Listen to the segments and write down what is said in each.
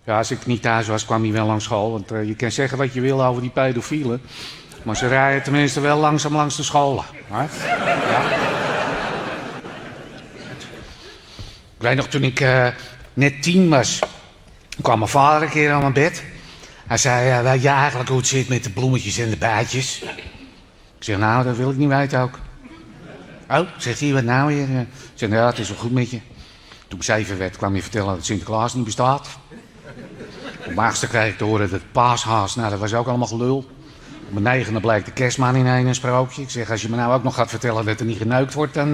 Ja, als ik niet thuis was, kwam hij wel langs school. Want je kan zeggen wat je wil over die pedofielen. Maar ze rijden tenminste wel langzaam langs de scholen. Hè? Ja. Ik weet nog, toen ik net 10 was, kwam mijn vader een keer aan mijn bed. Hij zei, weet je eigenlijk hoe het zit met de bloemetjes en de bijtjes? Ik zeg, nou, dat wil ik niet weten ook. Oh, zegt hij, wat nou weer? Ik zeg, ja, het is wel goed met je. Toen ik 7 werd, kwam hij vertellen dat Sinterklaas niet bestaat. Op mijn 8e kreeg ik te horen dat paashaas, nou, dat was ook allemaal gelul. Op mijn 9e bleek de kerstman in een sprookje. Ik zeg, als je me nou ook nog gaat vertellen dat er niet geneukt wordt, dan...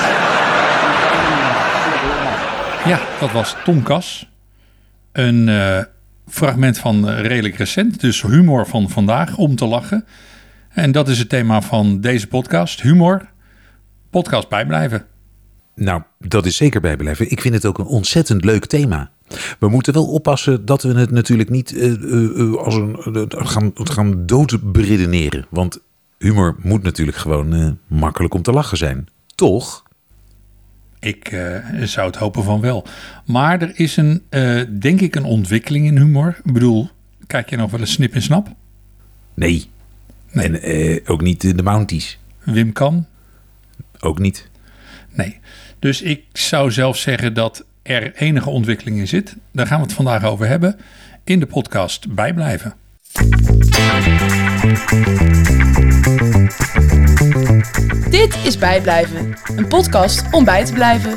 Ja, dat was Tom Kas. Een fragment van redelijk recent, dus humor van vandaag, om te lachen. En dat is het thema van deze podcast, humor. Podcast bijblijven. Nou, dat is zeker bijblijven. Ik vind het ook een ontzettend leuk thema. We moeten wel oppassen dat we het natuurlijk niet gaan doodberedeneren. Want humor moet natuurlijk gewoon makkelijk om te lachen zijn. Toch? Ik zou het hopen van wel. Maar er is denk ik een ontwikkeling in humor. Ik bedoel, kijk je nog wel eens Snip en Snap? Nee. En ook niet de Mounties. Wim Kan? Ook niet. Nee. Dus ik zou zelf zeggen dat er enige ontwikkeling in zit. Daar gaan we het vandaag over hebben in de podcast Bijblijven. Dit is Bijblijven, een podcast om bij te blijven.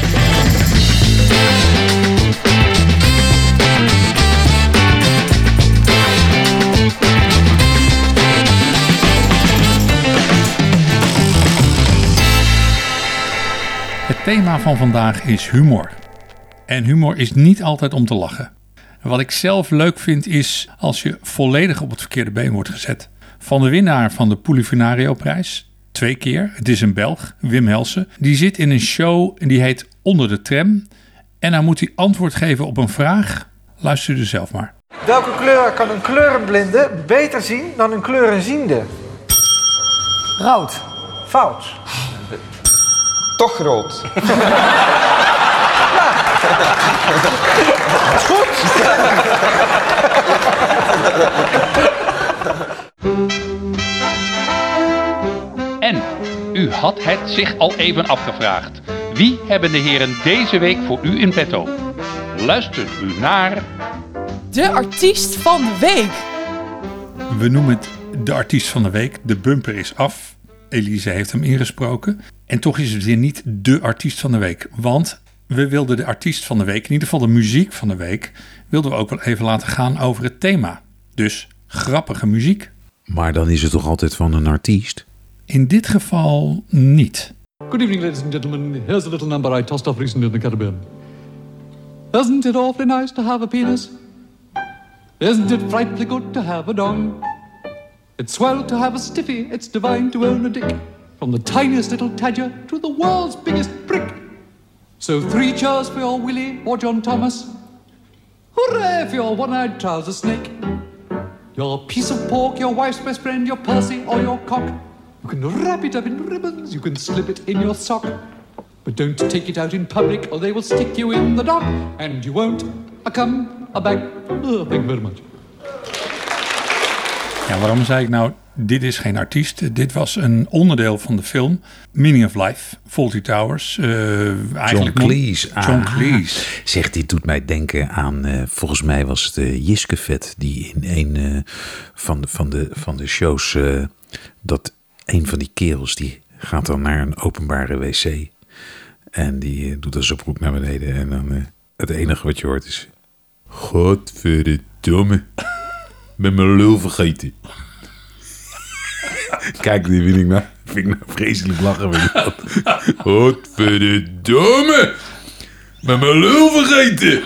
Het thema van vandaag is humor. En humor is niet altijd om te lachen. Wat ik zelf leuk vind is als je volledig op het verkeerde been wordt gezet. Van de winnaar van de Polifinario-prijs, 2 keer, het is een Belg, Wim Helsen. Die zit in een show en die heet Onder de Tram. En dan moet hij antwoord geven op een vraag. Luister er zelf maar. Welke kleur kan een kleurenblinde beter zien dan een kleurenziende? Rood. Fout. Toch rood. Dat is goed. En u had het zich al even afgevraagd. Wie hebben de heren deze week voor u in petto? Luistert u naar... De artiest van de week. We noemen het de artiest van de week. De bumper is af. Elise heeft hem ingesproken. En toch is het weer niet de artiest van de week. Want we wilden de artiest van de week, in ieder geval de muziek van de week, wilden we ook wel even laten gaan over het thema. Dus grappige muziek. Maar dan is het toch altijd van een artiest? In dit geval niet. Good evening, ladies and gentlemen. Here's a little number I tossed off recently in the Caribbean. Isn't it awfully nice to have a penis? Isn't it frightfully good to have a dong? It's swell to have a stiffy, it's divine to own a dick. From the tiniest little tadger to the world's biggest prick. So 3 cheers for your Willie or John Thomas. Hooray for your one-eyed trouser snake. Your piece of pork, your wife's best friend, your Percy or your cock. You can wrap it up in ribbons, you can slip it in your sock. But don't take it out in public or they will stick you in the dock. And you won't come back. Oh, thank you very much. Ja, waarom zei ik nou, dit is geen artiest. Dit was een onderdeel van de film Meaning of Life, Fawlty Towers. John Cleese. John Cleese. Zegt, dit doet mij denken aan, volgens mij was het Jiske Vet, die in een van de shows, dat een van die kerels, die gaat dan naar een openbare wc. En die doet dan zijn broek naar beneden. En dan het enige wat je hoort is... Godverdomme. Met mijn lul vergeten. Kijk, die vind ik nou vreselijk lachen. Godverdomme. Met mijn lul vergeten.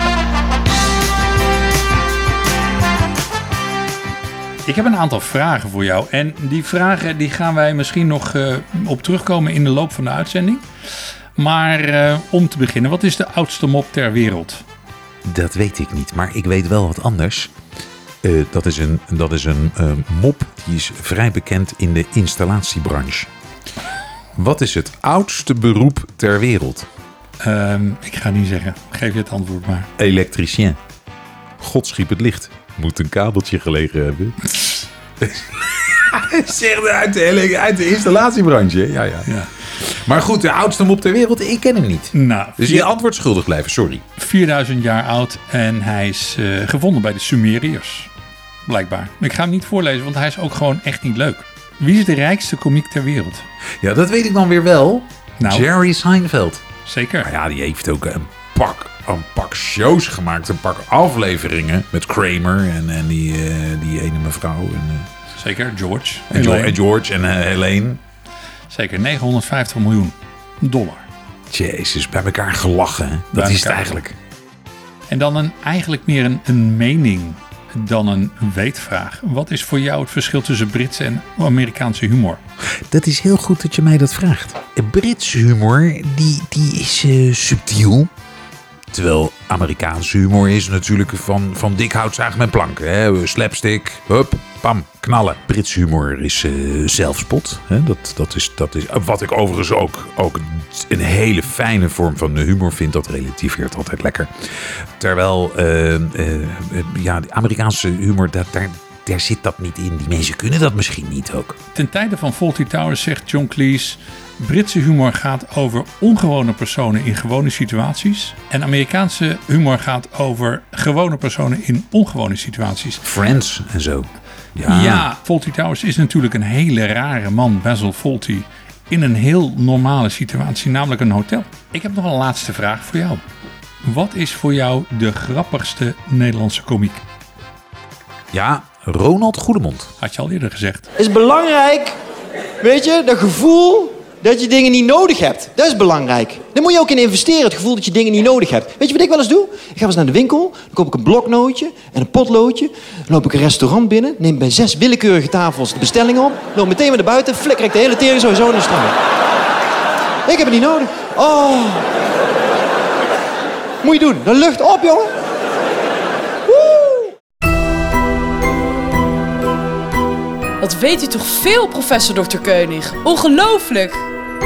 Ik heb een aantal vragen voor jou. En die vragen die gaan wij misschien nog op terugkomen in de loop van de uitzending. Maar om te beginnen, wat is de oudste mop ter wereld? Dat weet ik niet, maar ik weet wel wat anders. Dat is een mop die is vrij bekend in de installatiebranche. Wat is het oudste beroep ter wereld? Ik ga niet zeggen. Geef je het antwoord maar. Elektricien. God schiep het licht. Moet een kabeltje gelegen hebben. Zeg uit de installatiebranche. Ja. Maar goed, de oudste mop ter wereld, ik ken hem niet. Nou, Dus je antwoord schuldig blijven, sorry. 4000 jaar oud en hij is gevonden bij de Sumeriërs. Blijkbaar. Ik ga hem niet voorlezen, want hij is ook gewoon echt niet leuk. Wie is de rijkste komiek ter wereld? Ja, dat weet ik dan weer wel. Nou. Jerry Seinfeld. Zeker. Maar ja, die heeft ook een pak shows gemaakt. Een pak afleveringen met Kramer en die ene mevrouw. Zeker, George. En George en Helene. Zeker, $950 miljoen. Jezus, bij elkaar gelachen. Hè? Dat is het eigenlijk. En dan eigenlijk meer een mening dan een weetvraag. Wat is voor jou het verschil tussen Britse en Amerikaanse humor? Dat is heel goed dat je mij dat vraagt. Britse humor, die is subtiel. Terwijl Amerikaanse humor is natuurlijk van dik hout zagen met planken. Hè? Slapstick, hup, pam, knallen. Britse humor is zelfspot. Hè? Dat is wat ik overigens ook een hele fijne vorm van humor vind. Dat relativeert altijd lekker. Terwijl de Amerikaanse humor, daar zit dat niet in. Die mensen kunnen dat misschien niet ook. Ten tijde van Fawlty Towers zegt John Cleese: Britse humor gaat over ongewone personen in gewone situaties. En Amerikaanse humor gaat over gewone personen in ongewone situaties. Friends en zo. Ja, Fawlty Towers is natuurlijk een hele rare man, Basil Fawlty, in een heel normale situatie, namelijk een hotel. Ik heb nog een laatste vraag voor jou. Wat is voor jou de grappigste Nederlandse komiek? Ja, Ronald Goedemond. Had je al eerder gezegd. Het is belangrijk, weet je, dat gevoel dat je dingen niet nodig hebt. Dat is belangrijk. Daar moet je ook in investeren, het gevoel dat je dingen niet nodig hebt. Weet je wat ik wel eens doe? Ik ga wel eens naar de winkel, dan koop ik een bloknootje en een potloodje. Dan loop ik een restaurant binnen, neem bij 6 willekeurige tafels de bestelling op. Loop meteen weer naar buiten, flikker ik de hele tering sowieso in de straat. Ik heb het niet nodig. Oh. Moet je doen, dan lucht op, jongen. Wat weet u toch veel, professor Dr. Keunig. Ongelooflijk!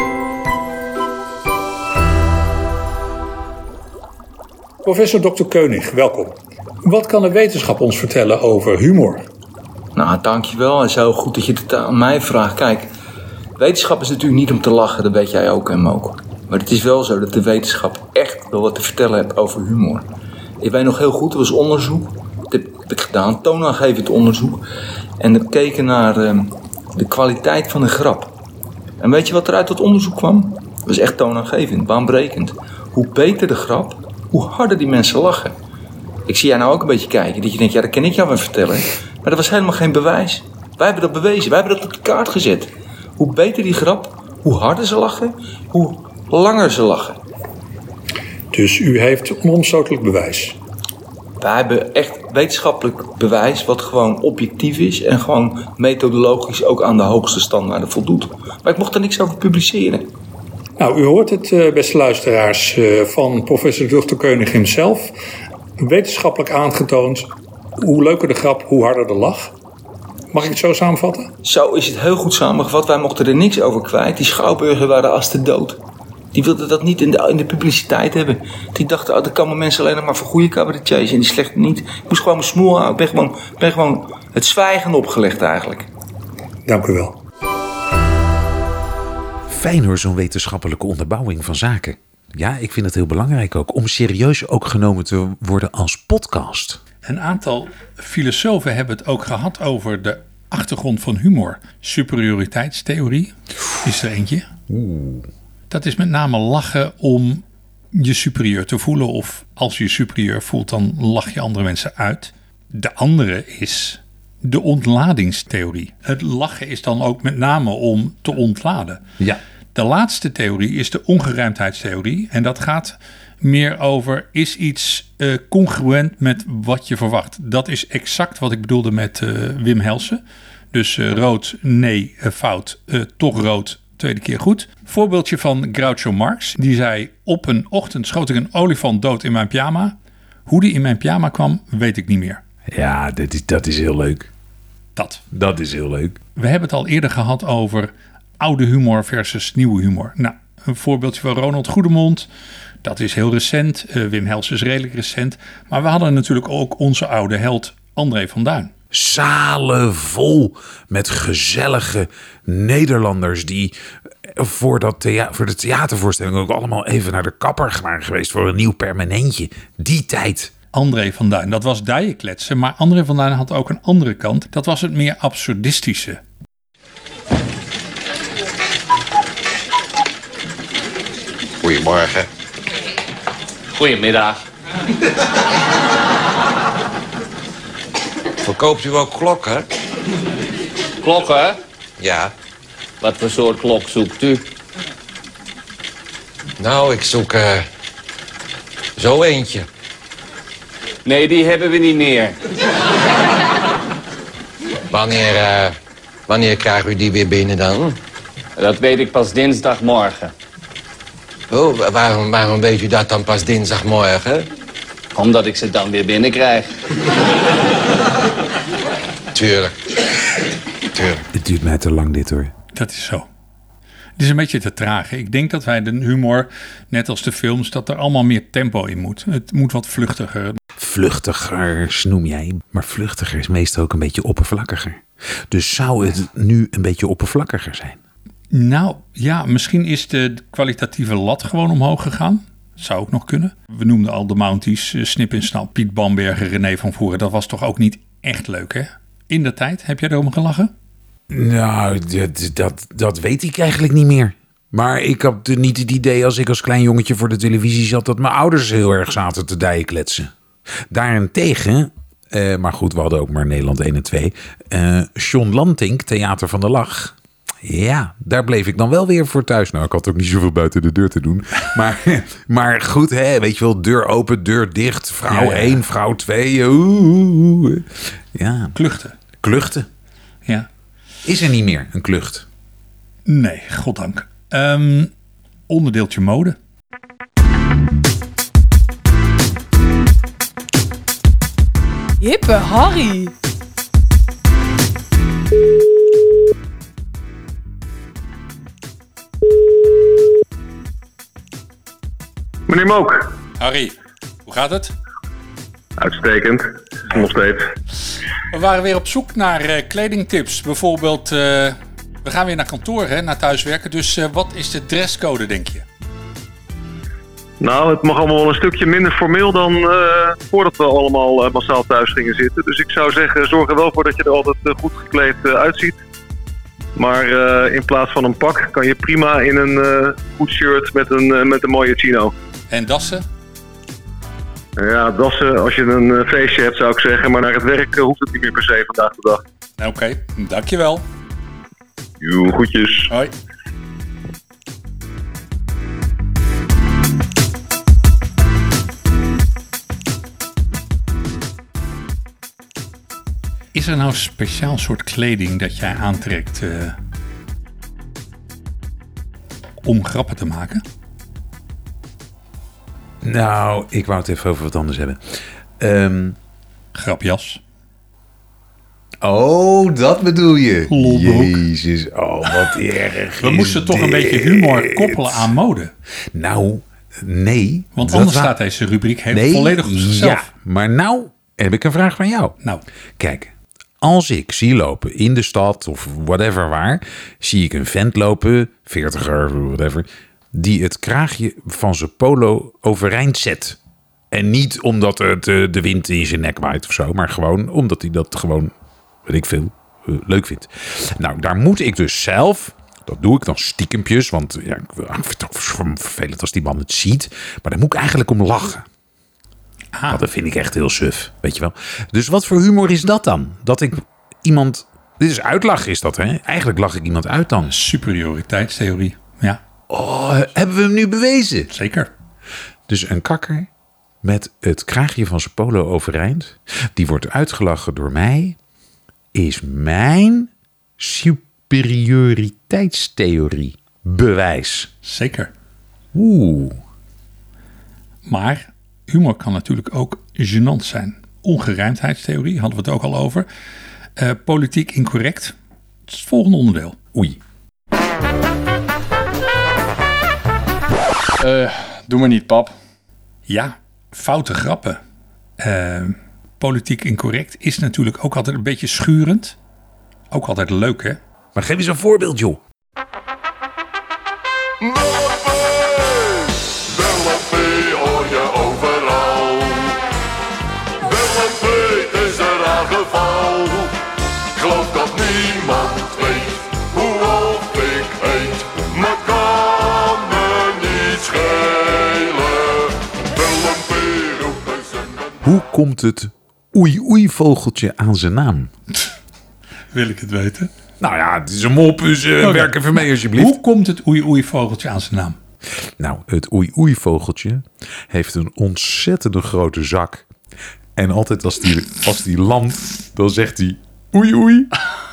Professor Dr. Keunig, welkom. Wat kan de wetenschap ons vertellen over humor? Nou, dankjewel. Het is heel goed dat je het aan mij vraagt. Kijk, wetenschap is natuurlijk niet om te lachen, dat weet jij ook en Moke. Maar het is wel zo dat de wetenschap echt wel wat te vertellen heeft over humor. Ik weet nog heel goed, er was onderzoek. Dat heb ik gedaan, toonaangevend onderzoek. En we keken naar de kwaliteit van een grap. En weet je wat er uit dat onderzoek kwam? Dat was echt toonaangevend, baanbrekend. Hoe beter de grap, hoe harder die mensen lachen. Ik zie jij nou ook een beetje kijken, dat je denkt, ja, dat kan ik jou wel vertellen. Maar dat was helemaal geen bewijs. Wij hebben dat bewezen, wij hebben dat op de kaart gezet. Hoe beter die grap, hoe harder ze lachen, hoe langer ze lachen. Dus u heeft onomstotelijk bewijs? Wij hebben echt wetenschappelijk bewijs wat gewoon objectief is en gewoon methodologisch ook aan de hoogste standaarden voldoet. Maar ik mocht er niks over publiceren. Nou, u hoort het, beste luisteraars, van professor Dr. Keunig hemzelf. Wetenschappelijk aangetoond, hoe leuker de grap, hoe harder de lach. Mag ik het zo samenvatten? Zo is het heel goed samengevat. Wij mochten er niks over kwijt. Die schouwburger waren als de dood. Die wilden dat niet in de publiciteit hebben. Die dachten, er komen mensen alleen nog maar voor goede cabaretiers en die slechte niet. Ik moest gewoon mijn smoel houden. Ik ben gewoon het zwijgen opgelegd eigenlijk. Dank u wel. Fijn hoor, zo'n wetenschappelijke onderbouwing van zaken. Ja, ik vind het heel belangrijk ook om serieus ook genomen te worden als podcast. Een aantal filosofen hebben het ook gehad over de achtergrond van humor. Superioriteitstheorie is er eentje. Dat is met name lachen om je superieur te voelen. Of als je je superieur voelt, dan lach je andere mensen uit. De andere is de ontladingstheorie. Het lachen is dan ook met name om te ontladen. Ja. De laatste theorie is de ongeruimdheidstheorie. En dat gaat meer over, is iets congruent met wat je verwacht. Dat is exact wat ik bedoelde met Wim Helsen. Dus rood, nee, fout, toch rood, tweede keer goed. Voorbeeldje van Groucho Marx. Die zei, op een ochtend schoot ik een olifant dood in mijn pyjama. Hoe die in mijn pyjama kwam, weet ik niet meer. Ja, dat is heel leuk. Dat is heel leuk. We hebben het al eerder gehad over oude humor versus nieuwe humor. Nou, een voorbeeldje van Ronald Goedemond. Dat is heel recent. Wim Helsen is redelijk recent. Maar we hadden natuurlijk ook onze oude held André van Duin. Zalen vol met gezellige Nederlanders die voor de theatervoorstelling ook allemaal even naar de kapper waren geweest voor een nieuw permanentje. Die tijd. André van Duin, dat was dijenkletsen. Maar André van Duin had ook een andere kant. Dat was het meer absurdistische. Goedemorgen. Goedemiddag. Verkoopt u ook klokken? Klokken? Ja. Wat voor soort klok zoekt u? Nou, ik zoek zo eentje. Nee, die hebben we niet meer. Wanneer krijgt u die weer binnen dan? Dat weet ik pas dinsdagmorgen. Oh, waarom weet u dat dan pas dinsdagmorgen? Omdat ik ze dan weer binnenkrijg. Tuurlijk. Het duurt mij te lang dit hoor. Dat is zo. Het is een beetje te traag. Ik denk dat wij de humor, net als de films, dat er allemaal meer tempo in moet. Het moet wat vluchtiger. Vluchtiger noem jij, maar vluchtiger is meestal ook een beetje oppervlakkiger. Dus zou het nu een beetje oppervlakkiger zijn? Nou ja, misschien is de kwalitatieve lat gewoon omhoog gegaan. Zou ook nog kunnen. We noemden al de Mounties, Snip en Snap, Piet Bamberger, René van Voeren. Dat was toch ook niet echt leuk, hè? In de tijd, heb jij erom gelachen? Nou, dat weet ik eigenlijk niet meer. Maar ik had niet het idee als ik als klein jongetje voor de televisie zat dat mijn ouders heel erg zaten te dijenkletsen. Daarentegen, maar goed, we hadden ook maar Nederland 1 en 2. John Lantink, Theater van de Lach. Ja, daar bleef ik dan wel weer voor thuis. Nou, ik had ook niet zoveel buiten de deur te doen. Maar goed, hè, weet je wel, deur open, deur dicht. Vrouw 1, vrouw 2. Ja. Kluchten. Ja. Is er niet meer een klucht? Nee, goddank. Onderdeeltje mode. Hippe Harry. Meneer Mook. Harry, hoe gaat het? Uitstekend. Nog steeds. We waren weer op zoek naar kledingtips. Bijvoorbeeld, we gaan weer naar kantoor, hè, naar thuiswerken. Dus wat is de dresscode, denk je? Nou, het mag allemaal wel een stukje minder formeel dan voordat we allemaal massaal thuis gingen zitten. Dus ik zou zeggen, zorg er wel voor dat je er altijd goed gekleed uitziet. Maar in plaats van een pak kan je prima in een goed shirt met een mooie chino. En dassen? Ja, dassen als je een feestje hebt zou ik zeggen. Maar naar het werk hoeft het niet meer per se vandaag de dag. Oké, dankjewel. Joe, groetjes. Hoi. Is er nou een speciaal soort kleding dat jij aantrekt om grappen te maken? Nou, ik wou het even over wat anders hebben. Grapjas. Oh, dat bedoel je. Lolbroek. Jezus, oh, wat erg. We moesten toch een beetje humor koppelen aan mode. Nou, nee. Want anders staat deze rubriek volledig op zichzelf. Ja, maar nou heb ik een vraag van jou. Nou. Kijk, als ik zie lopen in de stad of whatever waar, zie ik een vent lopen, 40er, whatever, die het kraagje van zijn polo overeind zet. En niet omdat het de wind in zijn nek waait of zo, maar gewoon omdat hij dat gewoon, weet ik veel, leuk vindt. Nou, daar moet ik dus zelf, dat doe ik dan stiekempjes, want ja, ik vind het ook vervelend als die man het ziet, maar daar moet ik eigenlijk om lachen. Ah. Dat vind ik echt heel suf, weet je wel. Dus wat voor humor is dat dan? Dat ik iemand, dit is uitlachen is dat, hè? Eigenlijk lach ik iemand uit dan. Superioriteitstheorie, ja. Oh, hebben we hem nu bewezen? Zeker. Dus een kakker met het kraagje van zijn polo overeind, die wordt uitgelachen door mij, is mijn superioriteitstheorie bewijs. Zeker. Oeh. Maar humor kan natuurlijk ook gênant zijn. Ongerijmdheidstheorie, hadden we het ook al over. Politiek incorrect. Het is het volgende onderdeel. Oei. Doe maar niet, pap. Ja, foute grappen. Politiek incorrect is natuurlijk ook altijd een beetje schurend. Ook altijd leuk, hè? Maar geef eens een voorbeeld, joh. Willempie hoor je overal. Willempie is een raar geval. Ik geloof dat niemand weet hoe of ik heet. Maar kan me niet schelen. Willempie roepen ze. Hoe komt het oei-oei-vogeltje aan zijn naam? Wil ik het weten? Nou ja, het is een mop, dus werk even mee alsjeblieft. Hoe komt het oei-oei-vogeltje aan zijn naam? Nou, het oei-oei-vogeltje heeft een ontzettende grote zak. En altijd als die landt, dan zegt hij oei-oei.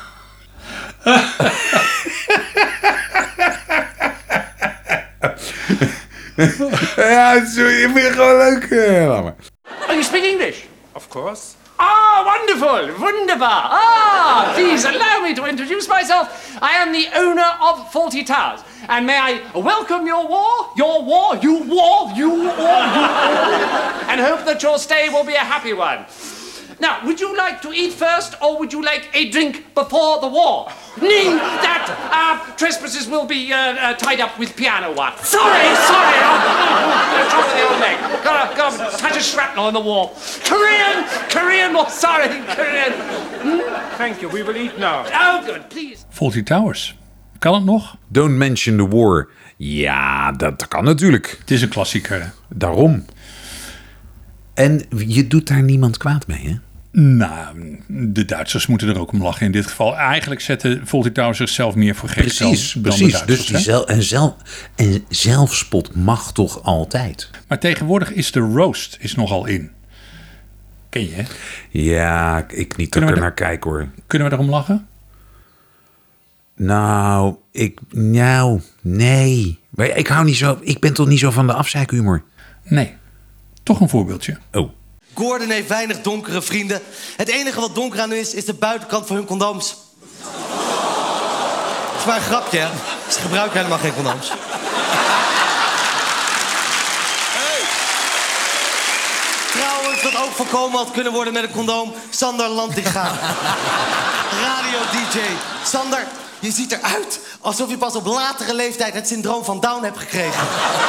Ja, sorry, ik vind het gewoon leuk. Laat maar. Oh, you speak English? Of course. Ah, wonderful, wunderbar. Ah, please allow me to introduce myself. I am the owner of Fawlty Towers. And may I welcome your war, and hope that your stay will be a happy one. Now, would you like to eat first, or would you like a drink before the war? Nee, that trespassers will be tied up with piano wire. Sorry. Top of the old leg. Got such a shrapnel in the wall. Korean war. Sorry, Korean. Thank you. We will eat now. Oh, good. Please. Fawlty Towers. Kan het nog? Don't mention the war. Ja, dat kan natuurlijk. Het is een klassieker. Hè? Daarom. En je doet daar niemand kwaad mee, hè? Nou, de Duitsers moeten er ook om lachen in dit geval. Eigenlijk zetten Fawlty Towers zichzelf meer voor gek dan de Duitsers. Dus en zelfspot mag toch altijd? Maar tegenwoordig is de roast is nogal in. Ken je, hè? Ja, ik niet er naar kijk, hoor. Kunnen we erom lachen? Nee. Maar ik ben toch niet zo van de afzeikhumor? Nee. Toch een voorbeeldje. Oh. Gordon heeft weinig donkere vrienden. Het enige wat donker aan is de buitenkant van hun condooms. Dat is maar een grapje, hè? Ze gebruiken helemaal geen condooms. Trouwens, wat ook voorkomen had kunnen worden met een condoom. Sander Lantinga. Radio-dj. Sander, je ziet eruit alsof je pas op latere leeftijd het syndroom van Down hebt gekregen.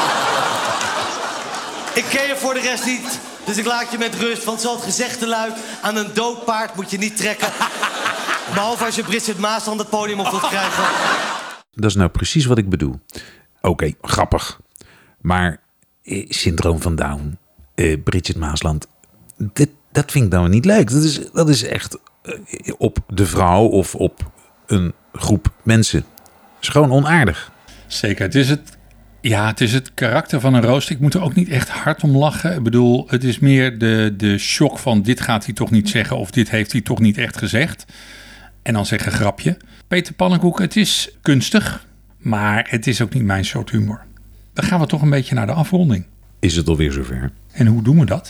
Ik ken je voor de rest niet, dus ik laat je met rust. Want zoals het gezegde luidt, aan een dood paard moet je niet trekken. Behalve als je Bridget Maasland het podium op wilt krijgen. Dat is nou precies wat ik bedoel. Oké, grappig. Maar syndroom van Down, Bridget Maasland, dat vind ik dan niet leuk. Dat is echt op de vrouw of op een groep mensen. Dat is gewoon onaardig. Zeker, het is het karakter van een roost. Ik moet er ook niet echt hard om lachen. Ik bedoel, het is meer de shock van dit gaat hij toch niet zeggen of dit heeft hij toch niet echt gezegd. En dan zeggen grapje. Peter Pannenkoek, het is kunstig, maar het is ook niet mijn soort humor. Dan gaan we toch een beetje naar de afronding. Is het alweer zover? En hoe doen we dat?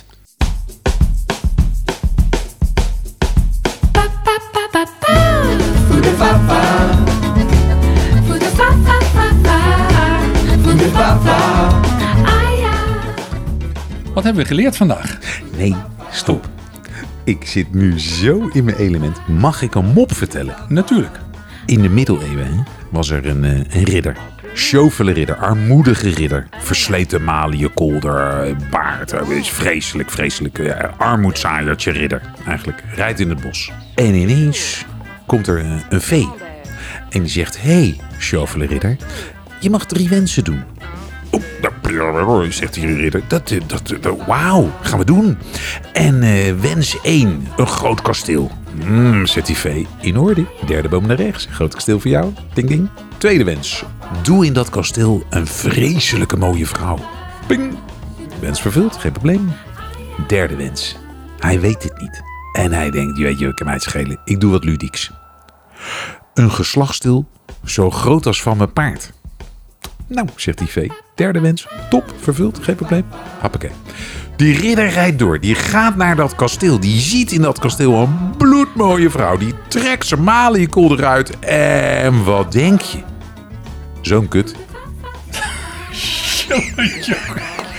Wat hebben we geleerd vandaag? Nee, stop. Ik zit nu zo in mijn element. Mag ik een mop vertellen? Natuurlijk. In de middeleeuwen was er een ridder. Sjovele ridder, armoedige ridder. Versleten maliënkolder, baard. Vreselijk. Armoedzaaiertje ridder, eigenlijk. Rijdt in het bos. En ineens komt er een vee. En die zegt, hey, sjovele ridder, je mag 3 wensen doen. Oh, zegt die ridder. Wauw, gaan we doen. En wens 1, een groot kasteel. Zegt die vee. In orde. 3e boom naar rechts. Groot kasteel voor jou. Ding, ding. 2e wens. Doe in dat kasteel een vreselijke mooie vrouw. Ping. Wens vervuld, geen probleem. 3e wens. Hij weet dit niet. En hij denkt, weet je, ik kan mij het schelen. Ik doe wat ludieks. Een geslachtsdeel zo groot als van mijn paard. Nou, zegt die vee. 3e wens. Top, vervuld, geen probleem. Hoppakee. Die ridder rijdt door. Die gaat naar dat kasteel. Die ziet in dat kasteel een bloedmooie vrouw. Die trekt zijn maliënkolder eruit. En wat denk je? Zo'n kut.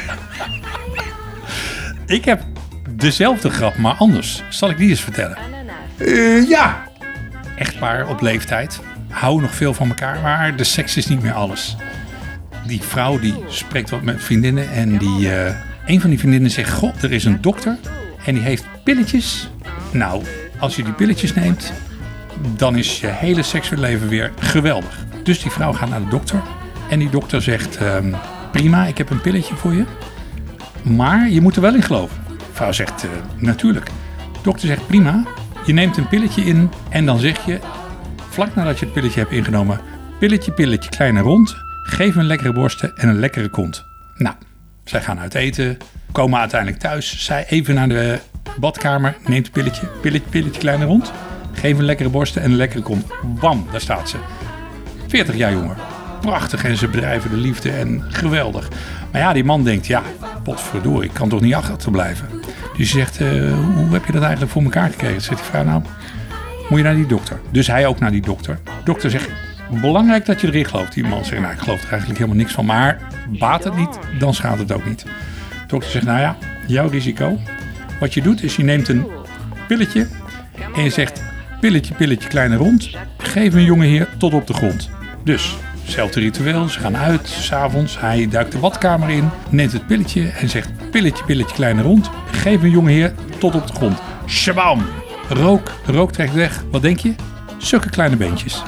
Ik heb dezelfde grap, maar anders. Zal ik die eens vertellen? Ja. Echtpaar op leeftijd. Houden nog veel van elkaar, maar de seks is niet meer alles. Die vrouw die spreekt wat met vriendinnen en een van die vriendinnen zegt... Goh, er is een dokter en die heeft pilletjes. Nou, als je die pilletjes neemt, dan is je hele seksuele leven weer geweldig. Dus die vrouw gaat naar de dokter en die dokter zegt... prima, ik heb een pilletje voor je, maar je moet er wel in geloven. De vrouw zegt, natuurlijk. De dokter zegt, prima, je neemt een pilletje in en dan zeg je... vlak nadat je het pilletje hebt ingenomen... pilletje, klein en rond... geef een lekkere borsten en een lekkere kont. Nou, zij gaan uit eten, komen uiteindelijk thuis. Zij even naar de badkamer, neemt een pilletje, klein en rond... geef een lekkere borsten en een lekkere kont. Bam, daar staat ze. 40 jaar jonger. Prachtig en ze bedrijven de liefde en geweldig. Maar ja, die man denkt, ja, potverdorie, ik kan toch niet achterblijven. Dus hij zegt, hoe heb je dat eigenlijk voor elkaar gekregen? Zegt die vrouw, nou, moet je naar die dokter. Dus hij ook naar die dokter. De dokter zegt, belangrijk dat je erin gelooft. Die man zegt, nou, ik geloof er eigenlijk helemaal niks van. Maar baat het niet, dan schaadt het ook niet. De dokter zegt, nou ja, jouw risico. Wat je doet is, je neemt een pilletje en je zegt, pilletje, klein en rond. Geef een jonge heer tot op de grond. Dus... hetzelfde ritueel, ze gaan uit, 's avonds. Hij duikt de badkamer in, neemt het pilletje en zegt... pilletje, klein en rond. Geef een jonge heer tot op de grond. Shabam! Rook trekt weg. Wat denk je? Zulke kleine beentjes.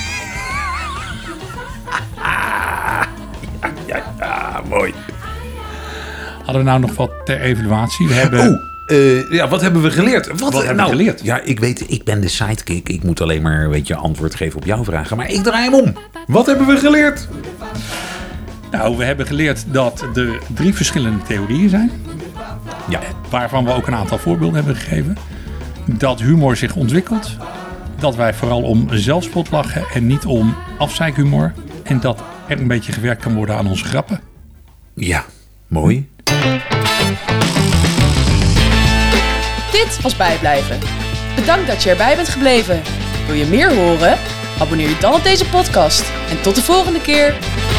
Ja, mooi. Hadden we nou nog wat ter evaluatie? We hebben... wat hebben we geleerd? Wat hebben we geleerd? Ja, ik weet, ik ben de sidekick. Ik moet alleen maar antwoord geven op jouw vragen. Maar ik draai hem om. Wat hebben we geleerd? Nou, we hebben geleerd dat er 3 verschillende theorieën zijn. Ja. Waarvan we ook een aantal voorbeelden hebben gegeven. Dat humor zich ontwikkelt. Dat wij vooral om zelfspot lachen en niet om afzeikhumor. En dat er een beetje gewerkt kan worden aan onze grappen. Ja, mooi. Dit was Bijblijven. Bedankt dat je erbij bent gebleven. Wil je meer horen? Abonneer je dan op deze podcast. En tot de volgende keer.